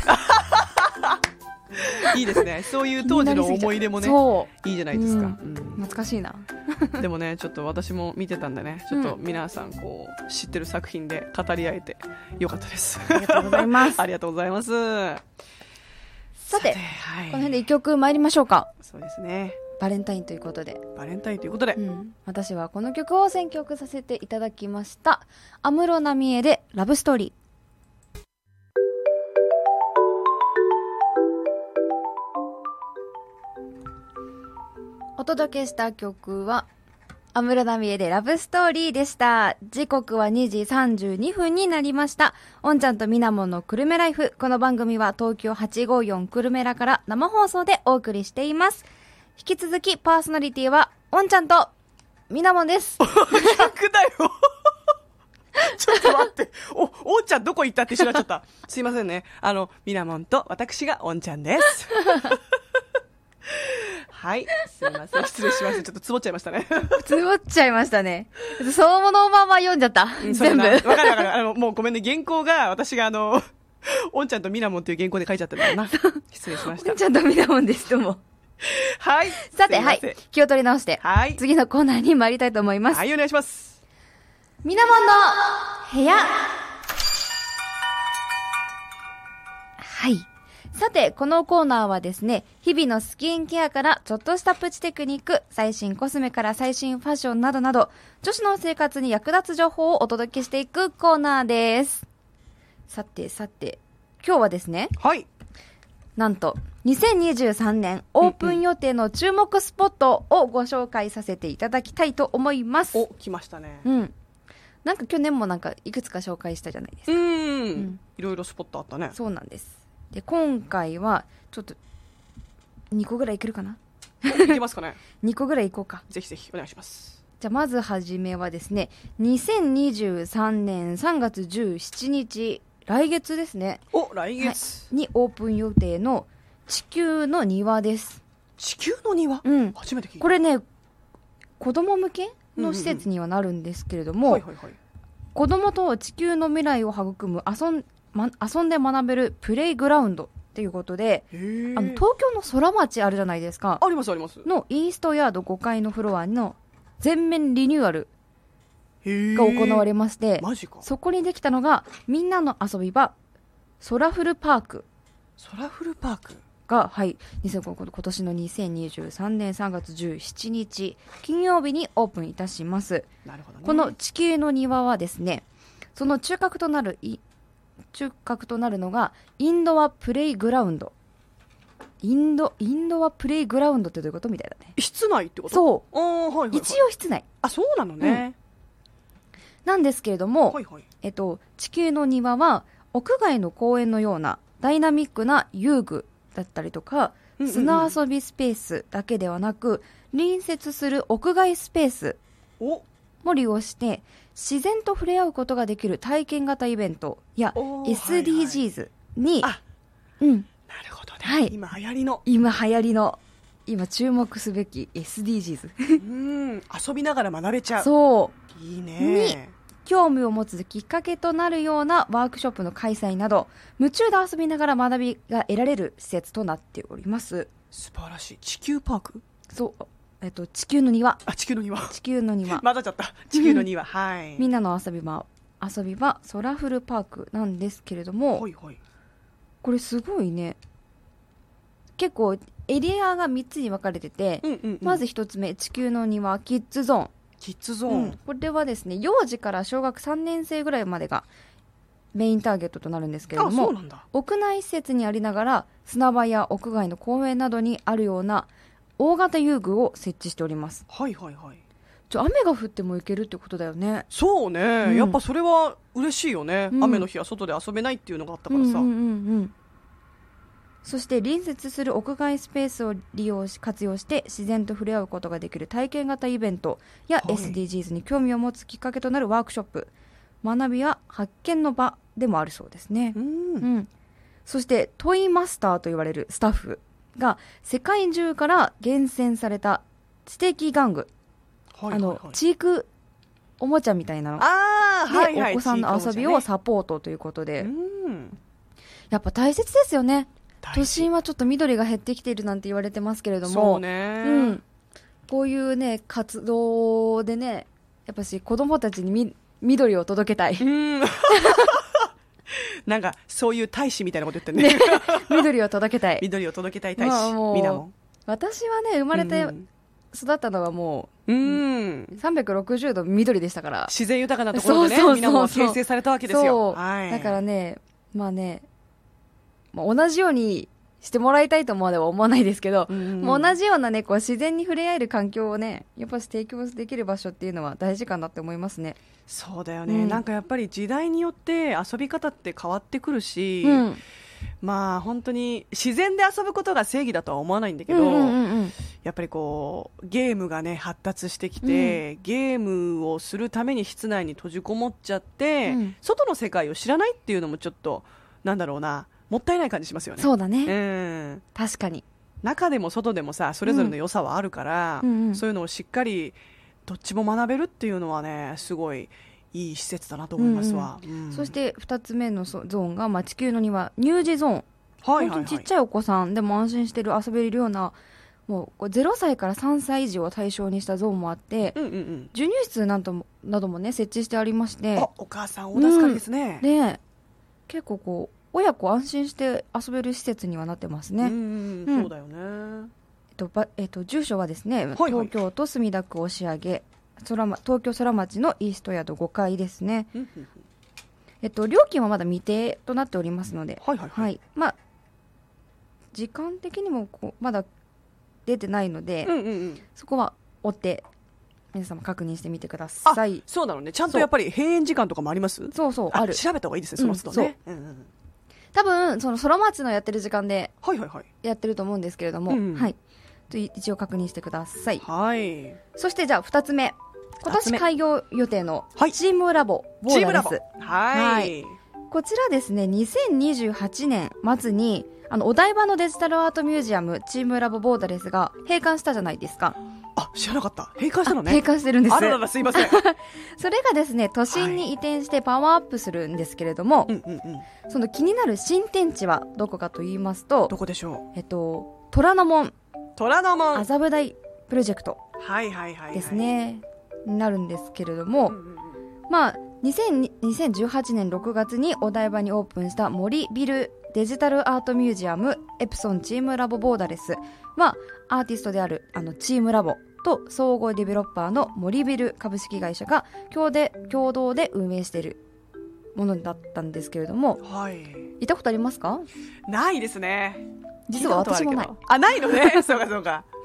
Speaker 1: いいですね。そういう当時の思い出もね、いいじゃないですか。
Speaker 2: 懐かしいな。
Speaker 1: でもね、ちょっと私も見てたんでね、ちょっと皆さんこう知ってる作品で語り合えてよかったです。
Speaker 2: ありがとうございます。
Speaker 1: ありがとうございます。
Speaker 2: さて、この辺で一曲参りましょうか。
Speaker 1: そうですね。
Speaker 2: バレンタインということで。私はこの曲を選曲させていただきました。安室奈美恵でラブストーリー。お届けした曲は安室奈美恵でラブストーリーでした。時刻は2時32分になりました。おんちゃんとみなもんのくるめライフ。この番組は東京854くるめらから生放送でお送りしています。引き続きパーソナリティはおんちゃんとみなもんです。
Speaker 1: 逆だよ。ちょっと待って、おんちゃんどこ行ったって知らっちゃった。すいませんね。みなもんと私がおんちゃんです。はい、すいません、失礼しました。ちょっとつぼっちゃいましたね。
Speaker 2: つぼっちゃいましたね。そのまま読んじゃった。全部。わ
Speaker 1: かるわかる。もうごめんね、原稿が私がおんちゃんとみなもんっていう原稿で書いちゃったんだよな。失礼しました。
Speaker 2: おんちゃんとみなもんですとも。
Speaker 1: はい。
Speaker 2: さて、はい。気を取り直して、はい。次のコーナーに参りたいと思います。
Speaker 1: はい、お願いします。
Speaker 2: みなもんの部屋。はい。さて、このコーナーはですね、日々のスキンケアからちょっとしたプチテクニック、最新コスメから最新ファッションなどなど、女子の生活に役立つ情報をお届けしていくコーナーです。さて、今日はですね、
Speaker 1: はい。
Speaker 2: なんと、2023年オープン予定の注目スポットをご紹介させていただきたいと思います。
Speaker 1: 来ましたね。
Speaker 2: なんか去年もいくつか紹介したじゃないですか。
Speaker 1: いろいろスポットあったね。
Speaker 2: そうなんです。で、今回はちょっと2個ぐらいいけるかな。
Speaker 1: いけますかね。
Speaker 2: 2個ぐらいいこうか。
Speaker 1: ぜひぜひお願いします。
Speaker 2: じゃあまずはじめはですね、2023年3月17日、来月ですね。
Speaker 1: 来月、
Speaker 2: にオープン予定の地球の庭です。
Speaker 1: 地球の庭？初めて聞いた。
Speaker 2: これね、子供向けの施設にはなるんですけれども、子供と地球の未来を育む遊んで学べるプレイグラウンドっていうことで、東京の空町あるじゃないですか。
Speaker 1: ありますあります。
Speaker 2: のイーストヤード5階のフロアの全面リニューアルが行われまして、そこにできたのがみんなの遊び場ソラフルパークが、はい、今年の2023年3月17日金曜日にオープンいたします。なるほどね。この地球の庭はですね、その中核となるのがインドアプレイグラウンド。インドアプレイグラウンドってどういうことみたいだね。
Speaker 1: 室内ってこと？
Speaker 2: そう。一応室内。
Speaker 1: そうなのね。
Speaker 2: なんですけれども、
Speaker 1: はいはい、
Speaker 2: 地球の庭は屋外の公園のようなダイナミックな遊具だったりとか、砂遊びスペースだけではなく、隣接する屋外スペースも利用して自然と触れ合うことができる体験型イベントや SDGs に、
Speaker 1: なるほどね、
Speaker 2: はい、
Speaker 1: 今流行りの
Speaker 2: 今注目すべき SDGs
Speaker 1: 遊びながら学べちゃう、
Speaker 2: そう
Speaker 1: いいね、
Speaker 2: に興味を持つきっかけとなるようなワークショップの開催など、夢中で遊びながら学びが得られる施設となっております。
Speaker 1: 素晴らしい。地球パーク、
Speaker 2: そう、地球の庭、
Speaker 1: 地球の庭混ざっちゃった。地球の庭、はい。
Speaker 2: みんなの遊び場ソラフルパークなんですけれども、
Speaker 1: はいはい、
Speaker 2: これすごいね、結構エリアが3つに分かれてて、まず1つ目、地球の庭キッズゾーン、これはですね、幼児から小学3年生ぐらいまでがメインターゲットとなるんですけれども、屋内施設にありながら砂場や屋外の公園などにあるような大型遊具を設置しております。
Speaker 1: はいはいはい。
Speaker 2: 雨が降っても行けるってことだよね。
Speaker 1: そうね、やっぱそれは嬉しいよね、雨の日は外で遊べないっていうのがあったからさ、
Speaker 2: そして隣接する屋外スペースを活用して自然と触れ合うことができる体験型イベントや、SDGs に興味を持つきっかけとなるワークショップ、学びや発見の場でもあるそうですね。そしてトイマスターと言われるスタッフが世界中から厳選された知的玩具、知育おもちゃみたいなので、お子さんの遊びをサポートということで、やっぱ大切ですよね。都心はちょっと緑が減ってきているなんて言われてますけれども、
Speaker 1: そうね、
Speaker 2: こういうね活動でね、やっぱし子供たちに緑を届けたい、
Speaker 1: なんかそういう大使みたいなこと言ってるね
Speaker 2: 緑を届けたい
Speaker 1: 大使、みなも
Speaker 2: 私はね、生まれて育ったのはもう、360度緑でしたから、
Speaker 1: 自然豊かなところでね、みなも形成されたわけですよ。
Speaker 2: だからね、同じようにしてもらいたいとまでは思わないですけど、もう同じようなね、こう自然に触れ合える環境をね、やっぱり提供できる場所っていうのは大事かなって思いますね。
Speaker 1: そうだよね、なんかやっぱり時代によって遊び方って変わってくるし、本当に自然で遊ぶことが正義だとは思わないんだけど、やっぱりこうゲームがね発達してきて、ゲームをするために室内に閉じこもっちゃって、外の世界を知らないっていうのもちょっとなんだろうな、もったいない感じしますよね。
Speaker 2: そうだね、確かに
Speaker 1: 中でも外でもさ、それぞれの良さはあるから、そういうのをしっかりどっちも学べるっていうのはね、すごいいい施設だなと思いますわ。
Speaker 2: そして2つ目のゾーンが、地球の庭乳児ゾーン、本当にちっちゃいお子さんでも安心して遊べるような、もう0歳から3歳児を対象にしたゾーンもあって、授乳室などもね設置してありまして、
Speaker 1: お母さんお助かりですね。
Speaker 2: で結構こう親子安心して遊べる施設にはなってますね。
Speaker 1: そうだよね。
Speaker 2: 住所はですね、東京都墨田区押上、東京空町のイースト宿5階ですね。料金はまだ未定となっておりますので、時間的にもまだ出てないので、そこは追って皆様確認してみてください。
Speaker 1: そうなのね。ちゃんとやっぱり閉園時間とかもあります？
Speaker 2: そうある。
Speaker 1: 調べた方がいいですね、その都度ね。
Speaker 2: 多分その空町のやってる時間でやってると思うんですけれども、一応確認してください。そしてじゃあ2つ目、今年開業予定のチームラボボーダレス、こちらですね、2028年末にお台場のデジタルアートミュージアムチームラボボーダレスが閉館したじゃないですか。
Speaker 1: 知らなかった。閉館したのね。
Speaker 2: 閉館してるんです。
Speaker 1: あらら、すいません
Speaker 2: それがですね、都心に移転してパワーアップするんですけれども、その気になる新天地はどこかと言いますと、
Speaker 1: どこでしょう。
Speaker 2: 虎ノ門麻布台プロジェクトですね、になるんですけれども、2018年6月にお台場にオープンした森ビルデジタルアートミュージアムエプソンチームラボボーダレスは、アーティストであるチームラボと総合デベロッパーの森ビル株式会社が共同で運営しているものだったんですけれども、行ったことありますか？
Speaker 1: ないですね。
Speaker 2: 実は私もない。
Speaker 1: ないのねそうか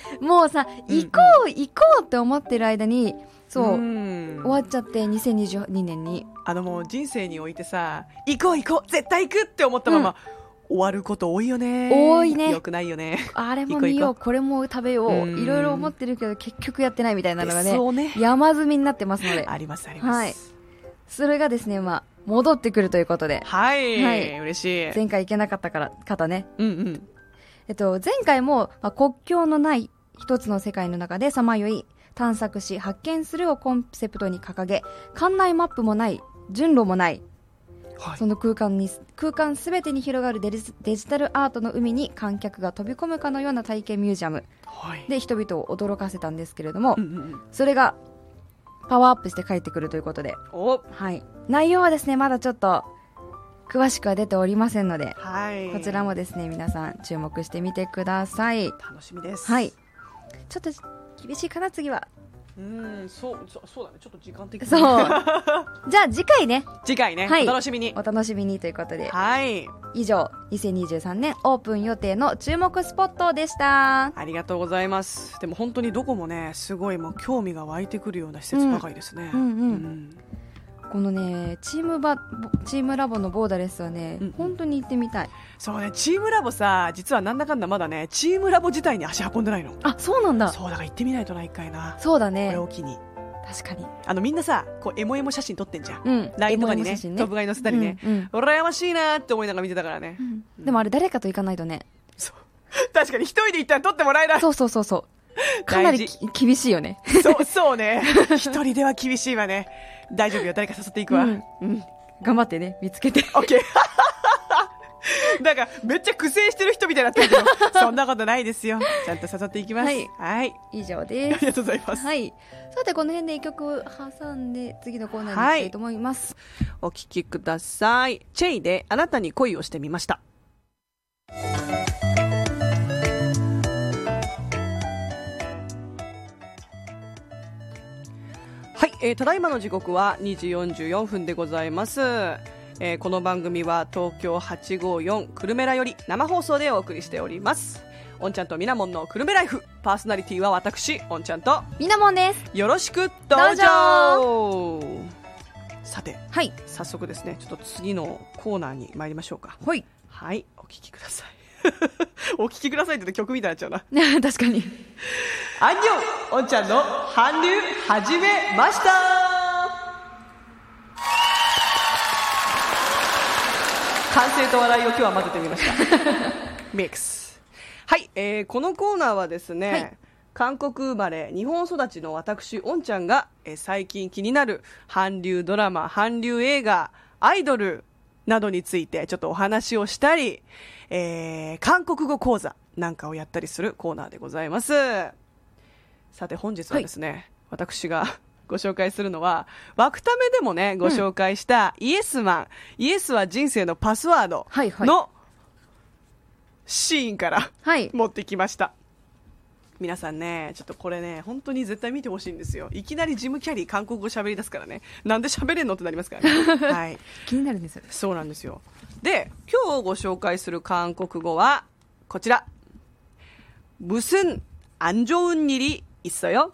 Speaker 2: もうさ、行こうって思ってる間に、そう、終わっちゃって、2022年に。
Speaker 1: もう人生においてさ、行こう絶対行くって思ったまま、終わること多いよね。
Speaker 2: 多いね。
Speaker 1: よくないよね。
Speaker 2: あれも見よう、これも食べよう。いろいろ思ってるけど、結局やってないみたいなのがね、山積みになってますので。
Speaker 1: あります。
Speaker 2: はい。それがですね、戻ってくるということで。
Speaker 1: はい。嬉しい。
Speaker 2: 前回行けなかった方ね。前回も、国境のない一つの世界の中でさまよい、探索し、発見するをコンセプトに掲げ、館内マップもない、順路もない、その空間すべてに広がるデジタルアートの海に観客が飛び込むかのような体験ミュージアムで人々を驚かせたんですけれども、それがパワーアップして帰ってくるということで、はい、内容はですねまだちょっと詳しくは出ておりませんので、こちらもですね皆さん注目してみてください。
Speaker 1: 楽しみです。
Speaker 2: はい、ちょっと厳しいかな次は。
Speaker 1: そうだね、ちょっと時間的に。
Speaker 2: そう。じゃあ次回ね。
Speaker 1: はい、お楽しみに。
Speaker 2: お楽しみにということで。
Speaker 1: はい。
Speaker 2: 以上、2023年オープン予定の注目スポットでした。
Speaker 1: ありがとうございます。でも本当にどこもね、すごいもう興味が湧いてくるような施設ばかりですね。このね
Speaker 2: チームラボのボーダレスはね、本当に行ってみたい。
Speaker 1: そうね、チームラボさ、実はなんだかんだまだねチームラボ自体に足運んでないの。
Speaker 2: あ、そうなんだ。
Speaker 1: そうだから行ってみないとな、一回な。
Speaker 2: そうだね、
Speaker 1: これを機に。
Speaker 2: 確かに
Speaker 1: みんなさこうエモエモ写真撮ってんじゃん、LINE とかにね、トップガイ載せたりね、羨ましいなって思いながら見てたからね、
Speaker 2: でもあれ誰かと行かないとね。
Speaker 1: そう確かに一人で行ったら撮ってもらえない。
Speaker 2: そうかなり厳しいよね。
Speaker 1: そうね、一人では厳しいわね。大丈夫よ、誰か誘っていくわ。
Speaker 2: 頑張ってね、見つけて。
Speaker 1: オッケー。なんかめっちゃ苦戦してる人みたいになってるけど、そんなことないですよ。ちゃんと誘っていきます。はい、
Speaker 2: 以上です。
Speaker 1: ありがとうございます。
Speaker 2: はい、さてこの辺で一曲挟んで次のコーナーに行きたいと思います。
Speaker 1: お聴きください。チェイであなたに恋をしてみました。はい、ただいまの時刻は2時44分でございます。この番組は東京854久留米らより生放送でお送りしております。おんちゃんとみなもんの久留米ライフ、パーソナリティは私おんちゃんと
Speaker 2: みなもんです。
Speaker 1: よろしくどうぞ。さて、早速ですね、ちょっと次のコーナーに参りましょうか。はい、お聞きください。お聞きくださいって言うと曲みたいになっちゃうな。
Speaker 2: 確かに。
Speaker 1: アンニョン、おんちゃんの韓流始めました。歓声と笑いを今日は混ぜてみました。ミックス。はい、このコーナーはですね、韓国生まれ日本育ちの私おんちゃんが、最近気になる韓流ドラマ、韓流映画、アイドルなどについてちょっとお話をしたり、韓国語講座なんかをやったりするコーナーでございます。さて本日はですね、私がご紹介するのはワクタメでもねご紹介したイエスマン、イエスは人生のパスワードのシーンから持ってきました。皆さんね、ちょっとこれね本当に絶対見てほしいんですよ。いきなりジム・キャリー韓国語喋り出すからね、なんで喋れんのってなりますからね。はい、
Speaker 2: 気になるんですよ。
Speaker 1: そうなんですよ。で、今日ご紹介する韓国語はこちら。무슨 안 좋은 일이 있어요?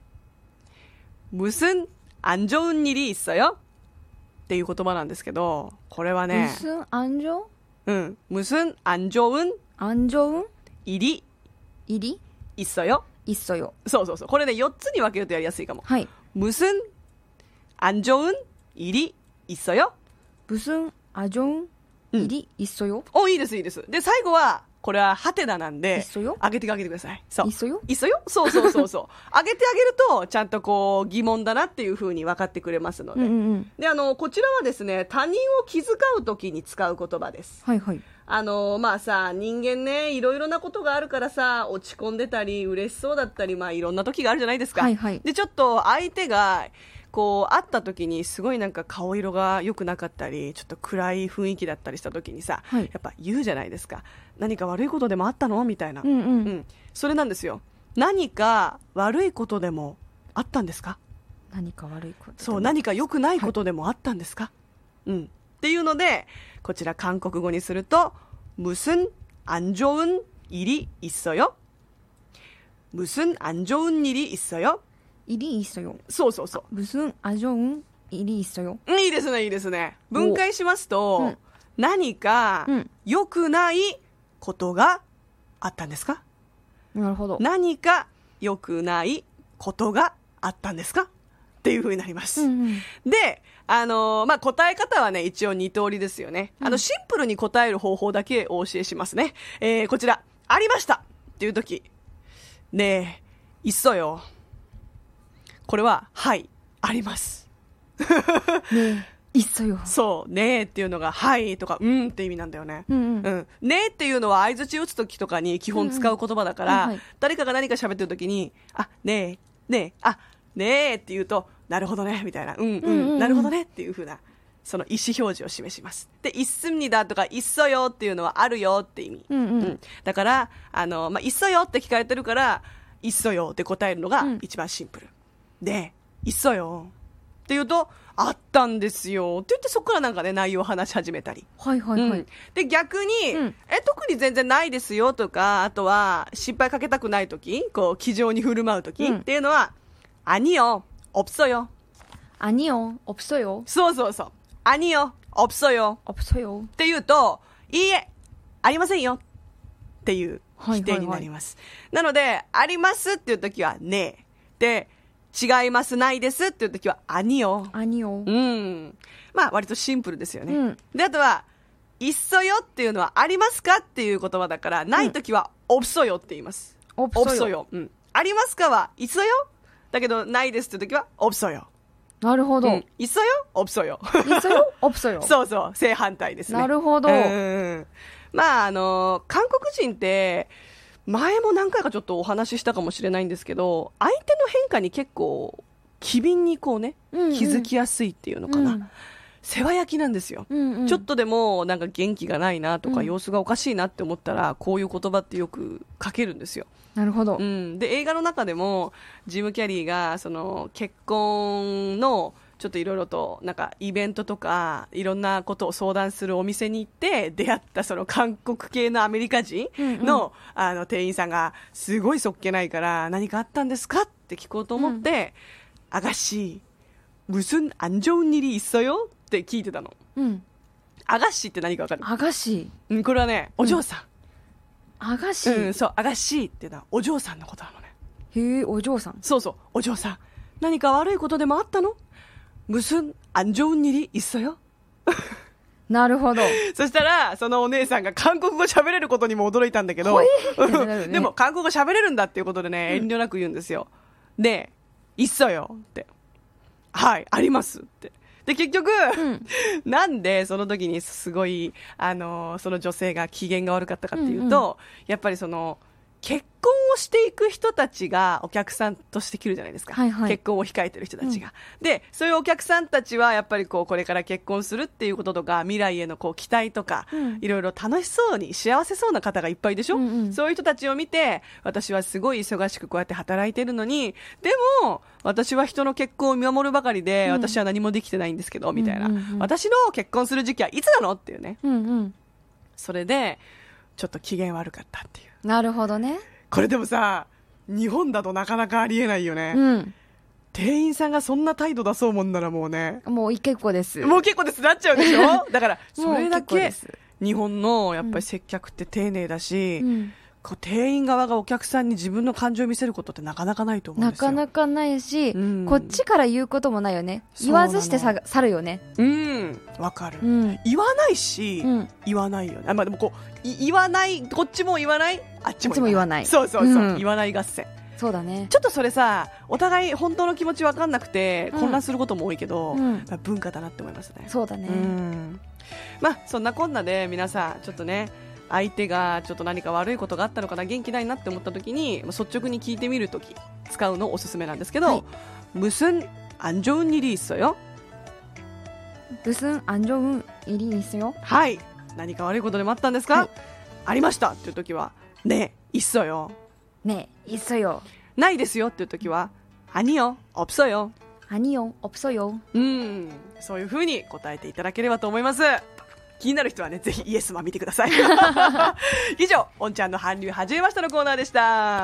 Speaker 1: 무슨 안 좋은 일이 있어요?っていう言葉なんですけど、これはね、
Speaker 2: 무슨 안 좋은?
Speaker 1: 무슨 안 좋은?
Speaker 2: 안 좋은?
Speaker 1: 일이? 있어요?
Speaker 2: 있어요.
Speaker 1: そうそうそう。これね、4つに分けるとやりやすいかも。
Speaker 2: はい。
Speaker 1: 무슨 안 좋은 일이 있어요?
Speaker 2: 무슨 안 좋은 일이 있어요?
Speaker 1: お、いいですいいです。で、最後はこれはハテナなんで、
Speaker 2: 있어요?
Speaker 1: 上げてあげてください。そう。
Speaker 2: 있어요?
Speaker 1: 있어요? そうそうそうそう。上げてあげるとちゃんとこう疑問だなっていう風に分かってくれますので。で、こちらはですね、他人を気遣うときに使う言葉です。
Speaker 2: はいはい。
Speaker 1: まあさ、人間ね、いろいろなことがあるからさ、落ち込んでたり嬉しそうだったり、まあいろんな時があるじゃないですか。
Speaker 2: はいはい。
Speaker 1: で、ちょっと相手がこう会った時にすごいなんか顔色が良くなかったり、ちょっと暗い雰囲気だったりした時にさ、やっぱ言うじゃないですか。何か悪いことでもあったのみたいな。それなんですよ。何か悪いことでもあったんですか？
Speaker 2: 何か悪いこと。
Speaker 1: そう、何か良くないことでもあったんですか？っていうので、こちら韓国語にすると무슨 안 좋은 일이 있어요? 무슨 안 좋은 일이 있어요?
Speaker 2: 일이 있어요.
Speaker 1: そうそうそう。
Speaker 2: 무슨 안 좋은 일이 있어요?
Speaker 1: いいですね、いいですね。分解しますと、何か良くないことがあったんですか？
Speaker 2: なるほど。
Speaker 1: 何か良くないことがあったんですかっていう風になります。で、答え方はね、一応2通りですよね。シンプルに答える方法だけお教えしますね。こちら、ありましたっていう時。ねえ、있어요。これは、はい、あります。
Speaker 2: ねえ、있어요。
Speaker 1: そう、ねえっていうのが、はいとか、うんって意味なんだよね。ねえっていうのは相槌打つ時とかに基本使う言葉だから、誰かが何か喋ってる時に、あ、ねえ、ねえ、あ、ねえって言うと、なるほどね、みたいな、なるほどねっていう風な、その意思表示を示します。で、있습니다とか、있어요っていうのはあるよって意味。だから、있어요って聞かれてるから、있어요って答えるのが一番シンプル。で、있어요って言うと、あったんですよって言って、そこからなんかね、内容を話し始めたり。で、逆に、特に全然ないですよとか、あとは、心配かけたくないとき、こう、気丈に振る舞うときっていうのは、아니요、없어요。
Speaker 2: 아니요、없어요。
Speaker 1: そうそうそう。아니요、없어요。
Speaker 2: 없어요。
Speaker 1: って言うと、いいえ、ありませんよっていう否定になります。なので、ありますっていうときは、ねえ。で、違います、ないですっていうときは、아니요。
Speaker 2: 아니요。
Speaker 1: まあ、割とシンプルですよね。で、あとは、있어요っていうのは、ありますかっていう言葉だから、ないときは、없어요って言います。
Speaker 2: 없어요。
Speaker 1: ありますかは、있어요だけど、ないですっていうときは、없어요。
Speaker 2: なるほど。
Speaker 1: 있어요 없어요。
Speaker 2: 있어요 없어요。
Speaker 1: そうそう、正反対ですね。
Speaker 2: なるほど。
Speaker 1: まあ、韓国人って、前も何回かちょっとお話ししたかもしれないんですけど、相手の変化に結構、機敏にこうね、気づきやすいっていうのかな。世話焼きなんですよ。ちょっとでもなんか元気がないなとか、様子がおかしいなって思ったら、こういう言葉ってよくかけるんですよ。
Speaker 2: なるほど。
Speaker 1: で、映画の中でも、ジム・キャリーが、その、結婚の、ちょっといろいろと、なんか、イベントとか、いろんなことを相談するお店に行って、出会った、その、韓国系のアメリカ人の、店員さんが、すごいそっけないから、何かあったんですかって聞こうと思って、アガシ、무슨 안 좋은 일이 있어요?って聞いてたの。アガシって何かわかる？
Speaker 2: アガシ。
Speaker 1: これはね、お嬢さん。
Speaker 2: アガシ。
Speaker 1: そう、アガシっていうのはお嬢さんのことなのね。
Speaker 2: へえ、お嬢さん。
Speaker 1: そうそう、お嬢さん。何か悪いことでもあったの？무슨 안 좋은 일이 있어요?
Speaker 2: なるほど。
Speaker 1: そしたら、そのお姉さんが韓国語喋れることにも驚いたんだけど、でも韓国語喋れるんだっていうことでね、遠慮なく言うんですよ。で、있어요って。はい、ありますって。で、結局、なんでその時にすごい、その女性が機嫌が悪かったかっていうと、やっぱりその、結婚をしていく人たちがお客さんとして来るじゃないですか。結婚を控えてる人たちが。で、そういうお客さんたちはやっぱりこれから結婚するっていうこととか、未来への期待とか、いろいろ楽しそうに幸せそうな方がいっぱいでしょ、そういう人たちを見て、私はすごい忙しくこうやって働いてるのに、でも、私は人の結婚を見守るばかりで、私は何もできてないんですけど、みたいな。私の結婚する時期はいつなのっていうね。それで、ちょっと機嫌悪かったっていう。
Speaker 2: なるほどね。
Speaker 1: これでもさ、日本だとなかなかありえないよね。店員さんがそんな態度出そうもんならもうね。
Speaker 2: もう結構です。
Speaker 1: もう結構ですなっちゃうでしょだから、それだけ日本のやっぱり接客って丁寧だし、店員側がお客さんに自分の感情を見せることってなかなかないと思うんですよ。
Speaker 2: なかなかないし、こっちから言うこともないよね。言わずして去るよね。
Speaker 1: わかる。言わないし、言わないよね。まあでも言わない、こっちも言わない、あっちも言わない。そうそうそう、言わない合戦。
Speaker 2: そうだね。
Speaker 1: ちょっとそれさ、お互い本当の気持ち分かんなくて混乱することも多いけど、文化だなって思いますね。
Speaker 2: そうだね。
Speaker 1: まあそんなこんなで皆さんちょっとね、相手がちょっと何か悪いことがあったのかな、元気ないなって思った時に率直に聞いてみる時使うのおすすめなんですけど、무슨 안 좋은 일이 있어요?
Speaker 2: 무슨 안 좋은 일이 있어요?
Speaker 1: はい、何か悪いことでもあったんですか？ありましたっていう時はね、있어요。
Speaker 2: ね、있어요。
Speaker 1: ないですよっていう時は아니요、없어요。
Speaker 2: 아니요、없어요。
Speaker 1: そういう風に答えていただければと思います。 気になる人はね、ぜひイエスマン見てください。以上、おんちゃんの韓流始めましたのコーナーでした。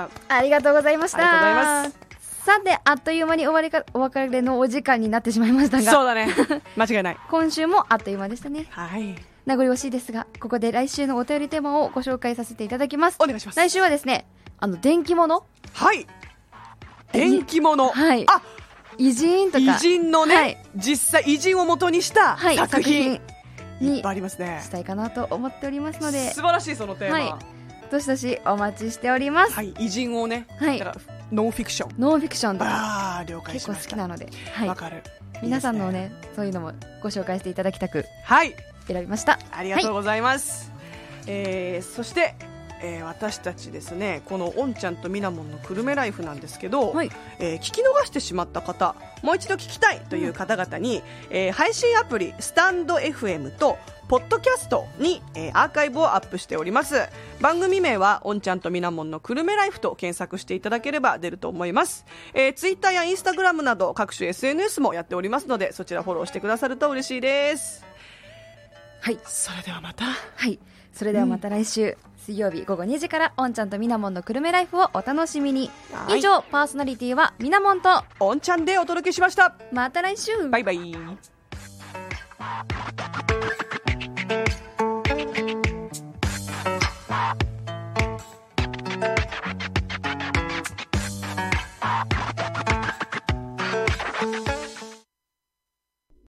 Speaker 2: ありがとうございました。
Speaker 1: ありがとうございます。
Speaker 2: さて、あっという間にお別れのお時間になってしまいましたが。
Speaker 1: そうだね。間違いない。
Speaker 2: 今週もあっという間でしたね。
Speaker 1: はい。
Speaker 2: 名残惜しいですが、ここで来週のお便りテーマをご紹介させていただきます。
Speaker 1: お願いします。
Speaker 2: 来週はですね、電気物。
Speaker 1: はい。電気物。
Speaker 2: はい。
Speaker 1: あ、
Speaker 2: 偉人とか。
Speaker 1: 偉人のね、はい、実際偉人を元にした作品。いっぱいありますね。
Speaker 2: したいかなと思っておりますので。
Speaker 1: 素晴らしい、そのテーマ。はい。
Speaker 2: どしどしお待ちしております。
Speaker 1: はい。偉人をね。はい。だからノンフィクション。
Speaker 2: ノンフィクションとか。
Speaker 1: ああ、了解しました。
Speaker 2: 結構好きなので。
Speaker 1: はい。わかる。
Speaker 2: 皆さんのね、そういうのもご紹介していただきたく。
Speaker 1: はい。
Speaker 2: 選びました。
Speaker 1: ありがとうございます。はい、そして、私たちですね、このおんちゃんとみなもんのくるめライフなんですけど、はい、聞き逃してしまった方、もう一度聞きたいという方々に、配信アプリスタンド FM とポッドキャストに、アーカイブをアップしております。番組名はおんちゃんとみなもんのくるめライフと検索していただければ出ると思います。ツイッターやインスタグラムなど各種 SNS もやっておりますので、そちらフォローしてくださると嬉しいです。はい、それではまた。
Speaker 2: はい、それではまた来週、水曜日午後2時からおんちゃんとみなもんのくるめライフをお楽しみに。以上、パーソナリティはみなもんと
Speaker 1: おんちゃんでお届けしました。
Speaker 2: また来週。
Speaker 1: バイバイ。